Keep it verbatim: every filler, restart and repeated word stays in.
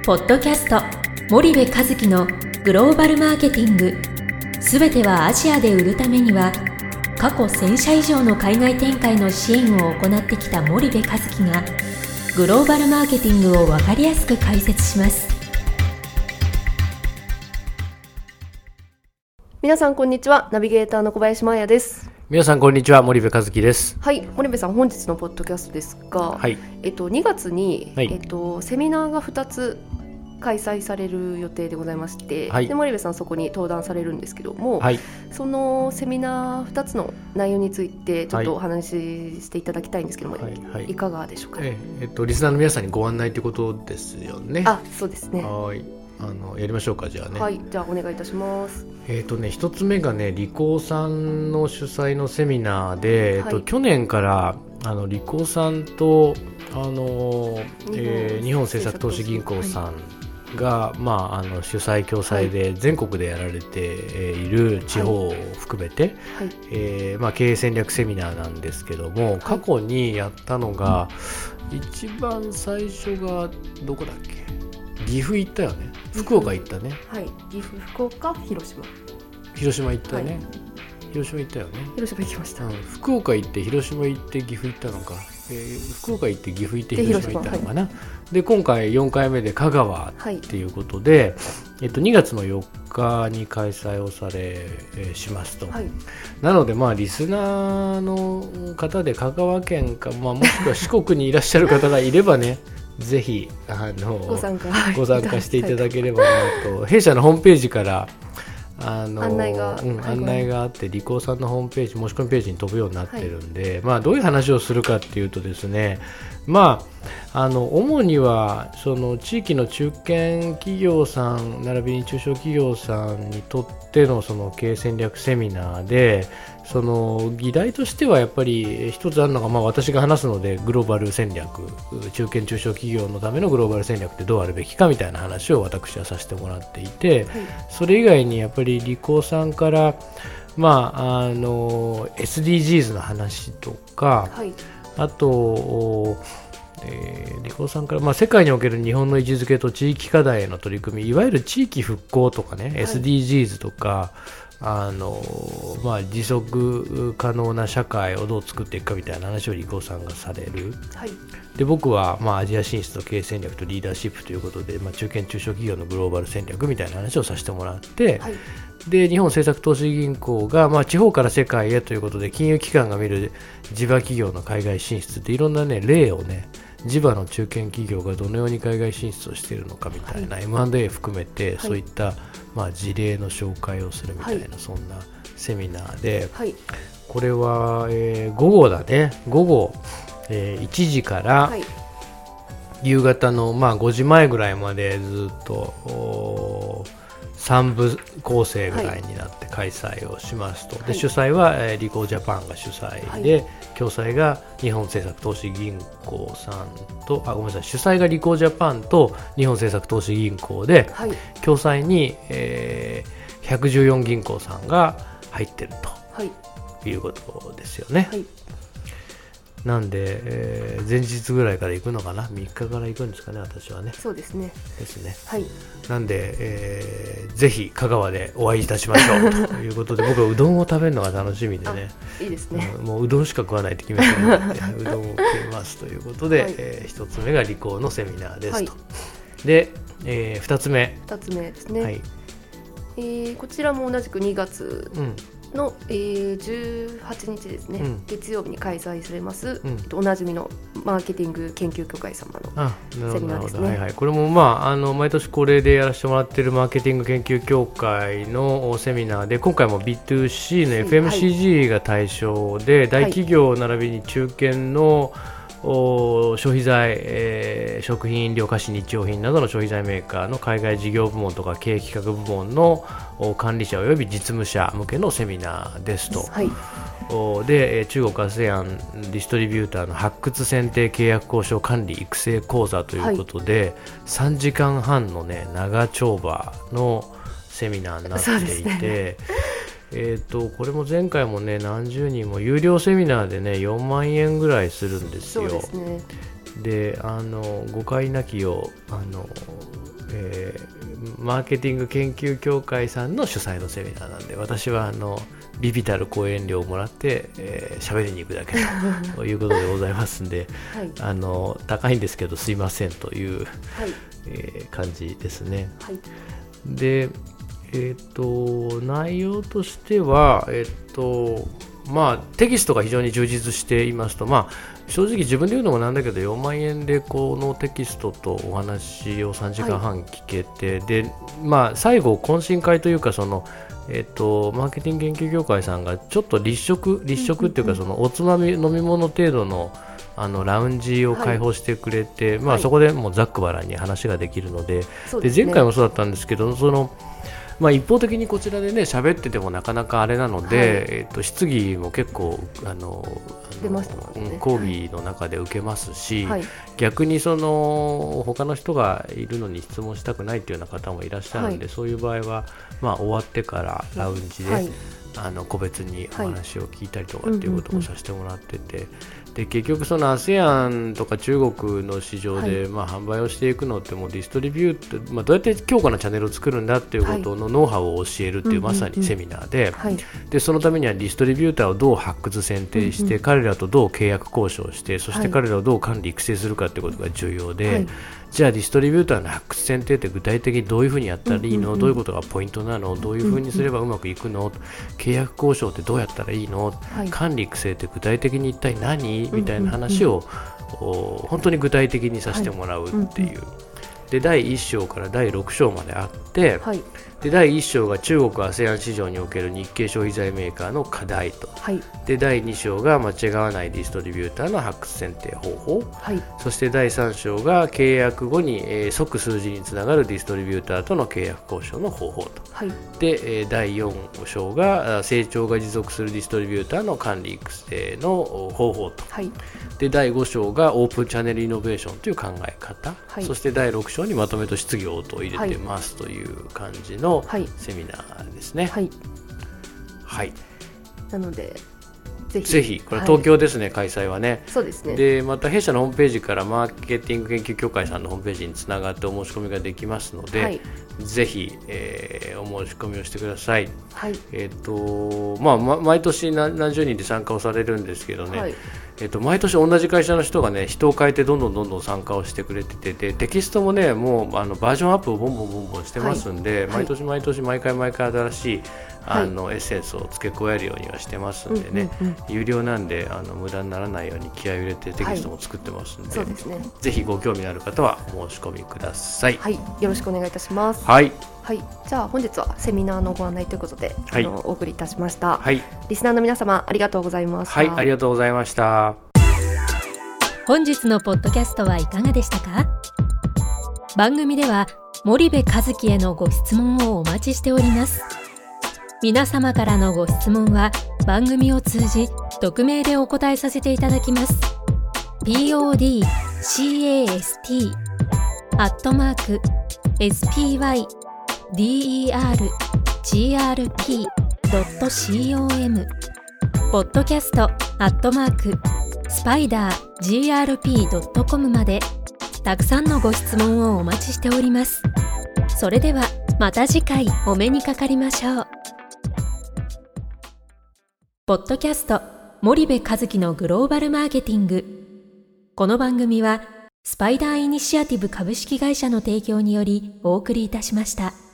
ポッドキャスト森部一樹のグローバルマーケティング、すべてはアジアで売るためには、過去せん社以上の海外展開の支援を行ってきた森部一樹がグローバルマーケティングを分かりやすく解説します。 皆さんこんにちは。ナビゲーターの小林真彩です。 皆さんこんにちは。森部一樹です。 はい、森部さん、本日のポッドキャストですが、 はい、 えっと、にがつに、 はい、 えっと、セミナーがふたつ開催される予定でございまして、はい、で森部さんそこに登壇されるんですけども、はい、そのセミナーふたつの内容についてちょっとお話ししていただきたいんですけども、はいはい、いかがでしょうか。 ええっと、リスナーの皆さんにご案内ということですよね。 あ、そうですね。 はい、あのやりましょうか。じゃあね。 はい、じゃあお願いいたします。 えっとね、一つ目がね、リコーさんの主催のセミナーで、はい、えっと、去年からあのリコーさんとあの、えー、日本政策投資銀行さんが、はい、まあ、あの主催共催で全国でやられている地方を含めて、はいえーまあ、経営戦略セミナーなんですけども、はい、過去にやったのが、うん、一番最初がどこだっけ、岐阜行ったよね。福岡行ったね。 はい、岐阜、福岡、広島。 広島行ったね。はい、広島行ったよね。 広島行きました。 うん、福岡行って広島行って岐阜行ったのか。えー、福岡行って岐阜行って広島行ったのかな。はい、で今回よんかいめで香川っていうことで、はいえっと、にがつのよっかに開催をされ、えー、しますと。はい、なのでまあリスナーの方で香川県か、まあ、もしくは四国にいらっしゃる方がいればねぜひあのご参加ご参加していただければなと。弊社のホームページからあの案内が、 うん、案内があって、リコーさんのホームページ、申し込みページに飛ぶようになってるんで、はいまあ、どういう話をするかっていうとですね、まあ、あの主にはその地域の中堅企業さん並びに中小企業さんにとってのその経営戦略セミナーで、その議題としてはやっぱり一つあるのが、まあ、私が話すのでグローバル戦略、中堅中小企業のためのグローバル戦略ってどうあるべきかみたいな話を私はさせてもらっていて、はい、それ以外にやっぱりリコーさんから、まあ、あの エスディージーズ の話とか、はい、あとえー、リコーさんから、まあ、世界における日本の位置づけと地域課題への取り組み、いわゆる地域復興とかね、はい、エスディージーズ とかあの、まあ、持続可能な社会をどう作っていくかみたいな話をリコーさんがされる、はい、で僕は、まあ、アジア進出と経営戦略とリーダーシップということで、まあ、中堅中小企業のグローバル戦略みたいな話をさせてもらって、はい、で日本政策投資銀行が、まあ、地方から世界へということで金融機関が見る地場企業の海外進出っていろんな、ね、例をね、地場の中堅企業がどのように海外進出をしているのかみたいな、はい、エムアンドエー 含めて、はい、そういった、まあ、事例の紹介をするみたいな、はい、そんなセミナーで、はい、これは、えー、午後だね、午後、えー、いちじから、はい、夕方の、まあ、ごじまえぐらいまでずっとさんぶ構成ぐらいになって開催をしますと、はい、で主催は、えー、リコージャパンが主催で、はい、共催が日本政策投資銀行さんと、あ、ごめんなさい、主催がリコージャパンと日本政策投資銀行で、はい、共催に、えー、ひゃくじゅうよん銀行さんが入ってると、はい、いうことですよね。はい、なんで、えー、前日ぐらいから行くのかな、みっかから行くんですかね、私はね。 そうですね。 ですね。 はい。 なんで、えー、ぜひ香川でお会いいたしましょうということで、僕はうどんを食べるのが楽しみでね。 いいですね。 もううどんしか食わないって決めてるので、うどんを食いますということで、はい、えー、ひとつめがリコーのセミナーですと。はい、で、えー、ふたつめ。 ふたつめですね。はい、えー、こちらも同じくにがつ。うんの、えー、じゅうはちにちですね、うん、月曜日に開催されます、うん、おなじみのマーケティング研究協会様のセミナーですね。 はいはい、これも、まあ、あの毎年恒例でやらせてもらっているマーケティング研究協会のセミナーで、今回も ビーツーシー の エフエムシージー が対象で、はい、大企業並びに中堅の消費財、えー、食品飲料菓子日用品などの消費財メーカーの海外事業部門とか経営企画部門の管理者および実務者向けのセミナーですと。はい、で中国 アセアン ディストリビューターの発掘選定契約交渉管理育成講座ということで、はい、さんじかんはんの、ね、長丁場のセミナーになっていて、えー、とこれも前回もね、何十人も有料セミナーでねよんまんえんぐらいするんですよ。 そうですね。 で、あの誤解なきよう、あのえー、マーケティング研究協会さんの主催のセミナーなんで、私はあのビビたる講演料をもらって喋、えー、りに行くだけということでございますんで、はい、あの高いんですけどすいませんという、はいえー、感じですね。はい、で、えー、と内容としては、えーとまあ、テキストが非常に充実していますと、まあ、正直自分で言うのもなんだけどよんまんえんでこのテキストとお話をさんじかんはん聞けて、はい、でまあ、最後懇親会というかその、えー、とマーケティング研究協会さんがちょっと立食立食っていうかそのおつまみ飲み物程度のあのラウンジを開放してくれて、はいまあ、そこでもうざっくばらんに話ができるの で,、はい、で前回もそうだったんですけどそのまあ、一方的にこちらでね喋っててもなかなかあれなので、はいえー、と質疑も結構あの出ましたもんね、 講義の中で受けますし、はい、逆にその他の人がいるのに質問したくないというような方もいらっしゃるので、はい、そういう場合は、まあ、終わってからラウンジで、はい、あの個別にお話を聞いたりとかっていうこともさせてもらってて、はいうんうんうんで結局その アセアン とか中国の市場で、はいまあ、販売をしていくのってもうディストリビューって、まあ、どうやって強固なチャンネルを作るんだっていうことのノウハウを教えるっていう、はい、まさにセミナーで、うんうんうん、でそのためにはディストリビューターをどう発掘選定して、うんうん、彼らとどう契約交渉してそして彼らをどう管理育成するかっていうことが重要で、はいじゃあディストリビューターの発掘選定って具体的にどういうふうにやったらいいの、うんうんうん、どういうことがポイントなの、どういうふうにすればうまくいくの、うんうん、契約交渉ってどうやったらいいの、はい、管理育成って具体的に一体何みたいな話を、うんうんうん、本当に具体的にさせてもらうっていう、はいうんうん、でだいいっ章からだいろく章まであって、はい、でだいいっ章が中国 アセアン 市場における日系消費財メーカーの課題と、はい、でだいに章が間違わないディストリビューターの発掘選定方法、はい、そしてだいさん章が契約後に、えー、即数字につながるディストリビューターとの契約交渉の方法と、はい、で、えー、だいよん章が成長が持続するディストリビューターの管理育成の方法と、はい、でだいご章がオープンチャンネルイノベーションという考え方、はい、そしてだいろく章にまとめと質疑応答を入れてますという感じのセミナーですね。はい、はい、 なのでぜひ、 ぜひこれ東京ですね、はい、開催はね。 そうですね。 でまた弊社のホームページからマーケティング研究協会さんのホームページにつながってお申し込みができますので、はい、ぜひ、えー、お申し込みをしてください。はい、えっ、ー、とまあま毎年 何, 何十人で参加をされるんですけどね。はい、えー、と毎年同じ会社の人がね人を変えてどんどんどんどん参加をしてくれてて、でテキストもねもうあのバージョンアップをボンボンボンボンしてますんで、はい、毎年毎年毎回毎回新しいあの、はい、エッセンスを付け加えるようにはしてますんでね、うんうんうん、有料なんであの無駄にならないように気合を入れてテキストも作ってますんで、はい、そうですね、ぜひご興味のある方はお申し込みください。 はい、よろしくお願いいたします。 はい、 はい、じゃあ本日はセミナーのご案内ということで、はい、あのお送りいたしました。はい、リスナーの皆様ありがとうございました。 はい、ありがとうございました。 本日のポッドキャストはいかがでしたか？番組では森部一樹へのご質問をお待ちしております。皆様からのご質問は番組を通じ匿名でお答えさせていただきます。 podcast アットマーク spydergrp ドット com ポッドキャストアットマークスパイダー ジーアールピー ドット コム までたくさんのご質問をお待ちしております。それではまた次回お目にかかりましょう。ポッドキャスト森部一樹のグローバルマーケティング。この番組はスパイダーイニシアティブ株式会社の提供によりお送りいたしました。